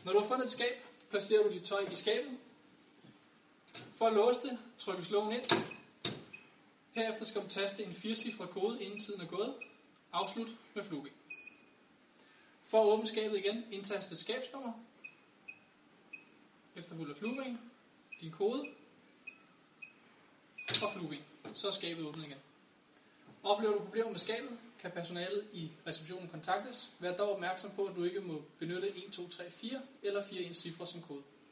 Når du har fundet et skab, placerer du dit tøj i skabet. For at låse det, trykkes lågen ind. Herefter skal du taste en 4-cifret kode, inden tiden er gået. Afslut med flueben. For at åbne skabet igen, indtaste skabsnummer. Efterfulgt af flueben, din kode og flueben. Så er skabet åbnet igen. Oplever du problemer med skabet, kan personalet i receptionen kontaktes. Vær dog opmærksom på, at du ikke må benytte 1, 2, 3, 4 eller 4 cifre som kode.